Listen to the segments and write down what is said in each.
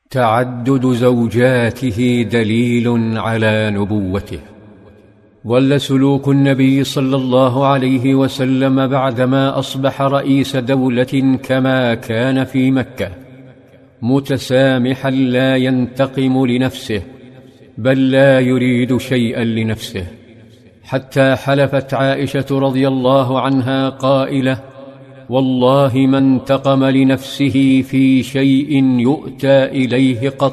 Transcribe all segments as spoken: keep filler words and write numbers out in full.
تعدد زوجاته دليل على نبوته. ظل سلوك النبي صلى الله عليه وسلم بعدما أصبح رئيس دولة كما كان في مكة، متسامحا لا ينتقم لنفسه، بل لا يريد شيئا لنفسه، حتى حلفت عائشة رضي الله عنها قائلة: والله ما انتقم لنفسه في شيء يؤتى إليه قط،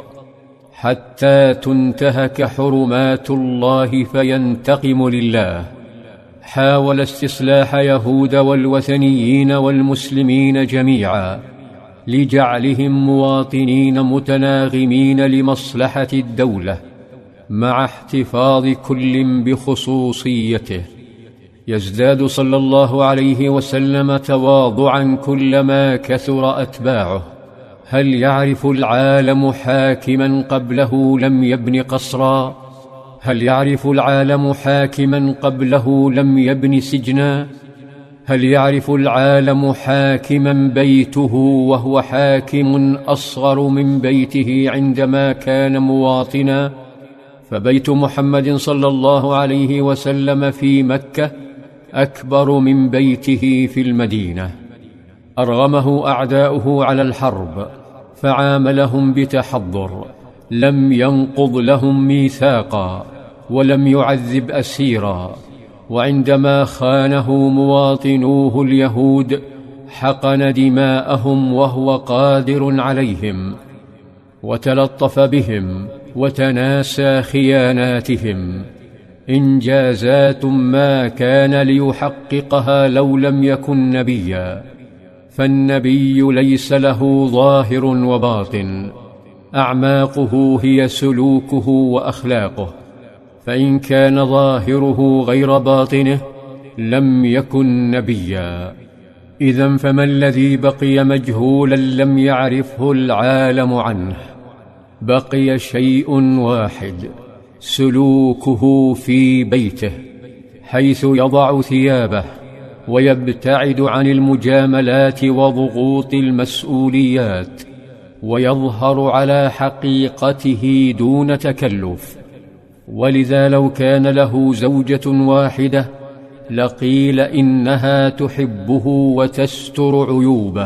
حتى تنتهك حرمات الله فينتقم لله. حاول استصلاح يهود والوثنيين والمسلمين جميعا لجعلهم مواطنين متناغمين لمصلحة الدولة، مع احتفاظ كل بخصوصيته. يزداد صلى الله عليه وسلم تواضعا كلما كثر أتباعه. هل يعرف العالم حاكما قبله لم يبن قصرا؟ هل يعرف العالم حاكما قبله لم يبن سجنا؟ هل يعرف العالم حاكما بيته وهو حاكم أصغر من بيته عندما كان مواطنا؟ فبيت محمد صلى الله عليه وسلم في مكة أكبر من بيته في المدينة. أرغمه أعداؤه على الحرب فعاملهم بتحضر، لم ينقض لهم ميثاقا ولم يعذب أسيرا، وعندما خانه مواطنوه اليهود حقن دماءهم وهو قادر عليهم، وتلطف بهم وتناسى خياناتهم. إنجازات ما كان ليحققها لو لم يكن نبيا، فالنبي ليس له ظاهر وباطن، أعماقه هي سلوكه وأخلاقه، فإن كان ظاهره غير باطنه لم يكن نبيا. إذن فما الذي بقي مجهولا لم يعرفه العالم عنه؟ بقي شيء واحد: سلوكه في بيته، حيث يضع ثيابه ويبتعد عن المجاملات وضغوط المسؤوليات، ويظهر على حقيقته دون تكلف. ولذا لو كان له زوجة واحدة لقيل إنها تحبه وتستر عيوبه،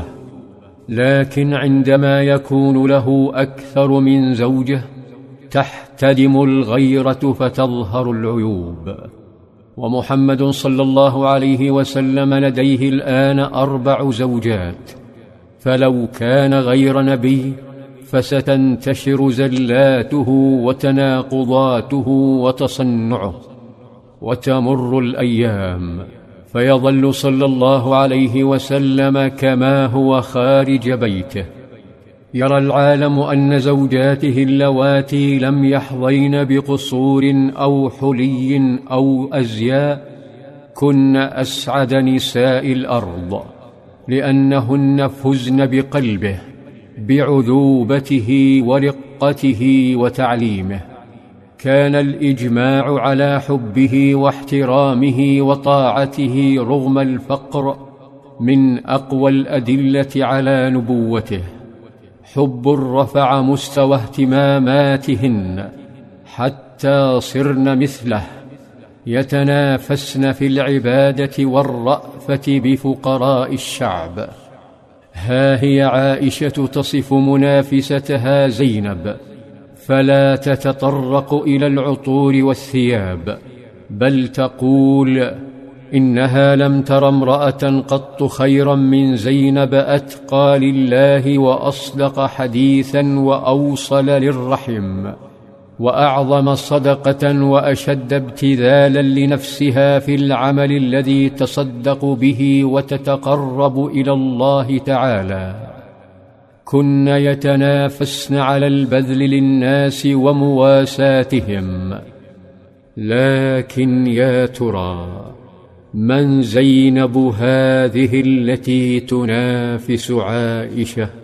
لكن عندما يكون له أكثر من زوجة تحتدم الغيرة فتظهر العيوب. ومحمد صلى الله عليه وسلم لديه الآن أربع زوجات، فلو كان غير نبي فستنتشر زلاته وتناقضاته وتصنعه. وتمر الأيام فيظل صلى الله عليه وسلم كما هو خارج بيته. يرى العالم أن زوجاته اللواتي لم يحظين بقصور أو حلي أو أزياء كن أسعد نساء الأرض، لأنهن فزن بقلبه، بعذوبته ورقته وتعليمه. كان الإجماع على حبه واحترامه وطاعته رغم الفقر من أقوى الأدلة على نبوته. حب رفع مستوى اهتماماتهن حتى صرن مثله، يتنافسن في العبادة والرأفة بفقراء الشعب. ها هي عائشة تصف منافستها زينب، فلا تتطرق إلى العطور والثياب، بل تقول: إنها لم تر امرأة قط خيرا من زينب، أتقى لله وأصدق حديثا وأوصل للرحم، وأعظم صدقة وأشد ابتذالا لنفسها في العمل الذي تصدق به وتتقرب إلى الله تعالى. كن يتنافسن على البذل للناس ومواساتهم. لكن يا ترى من زينب هذه التي تنافس عائشة؟